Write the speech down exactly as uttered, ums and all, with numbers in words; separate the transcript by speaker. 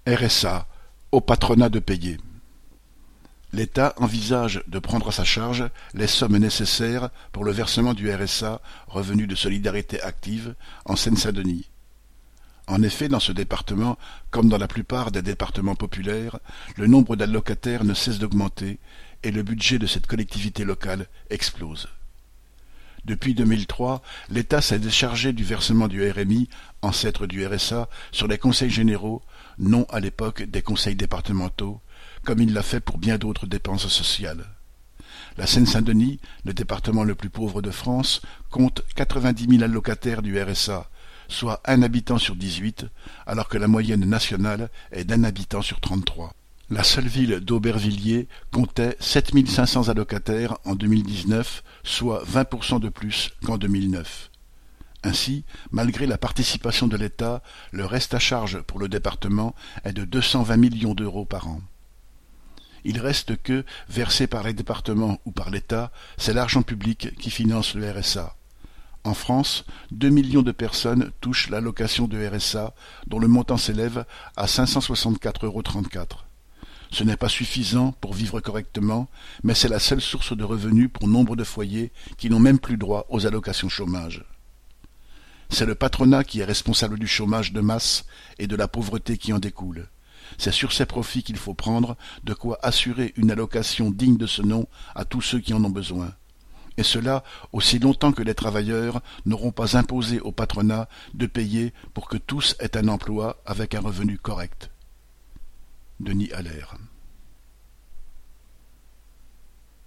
Speaker 1: R S A, au patronat de payer. L'État envisage de prendre à sa charge les sommes nécessaires pour le versement du R S A, revenu de solidarité active, en Seine-Saint-Denis. En effet, dans ce département, comme dans la plupart des départements populaires, le nombre d'allocataires ne cesse d'augmenter et le budget de cette collectivité locale explose. Depuis deux mille trois, l'État s'est déchargé du versement du R M I, ancêtre du R S A, sur les conseils généraux, non à l'époque des conseils départementaux, comme il l'a fait pour bien d'autres dépenses sociales. La Seine-Saint-Denis, le département le plus pauvre de France, compte quatre-vingt-dix mille allocataires du R S A, soit un habitant sur dix-huit, alors que la moyenne nationale est d'un habitant sur trente-trois. La seule ville d'Aubervilliers comptait sept mille cinq cents allocataires en deux mille dix-neuf, soit vingt pour cent de plus qu'en deux mille neuf. Ainsi, malgré la participation de l'État, le reste à charge pour le département est de deux cent vingt millions d'euros par an. Il reste que, versé par les départements ou par l'État, c'est l'argent public qui finance le R S A. En France, deux millions de personnes touchent l'allocation de R S A, dont le montant s'élève à cinq cent soixante-quatre euros trente-quatre. Ce n'est pas suffisant pour vivre correctement, mais c'est la seule source de revenus pour nombre de foyers qui n'ont même plus droit aux allocations chômage. C'est le patronat qui est responsable du chômage de masse et de la pauvreté qui en découle. C'est sur ces profits qu'il faut prendre de quoi assurer une allocation digne de ce nom à tous ceux qui en ont besoin. Et cela aussi longtemps que les travailleurs n'auront pas imposé au patronat de payer pour que tous aient un emploi avec un revenu correct. Denis Allaire.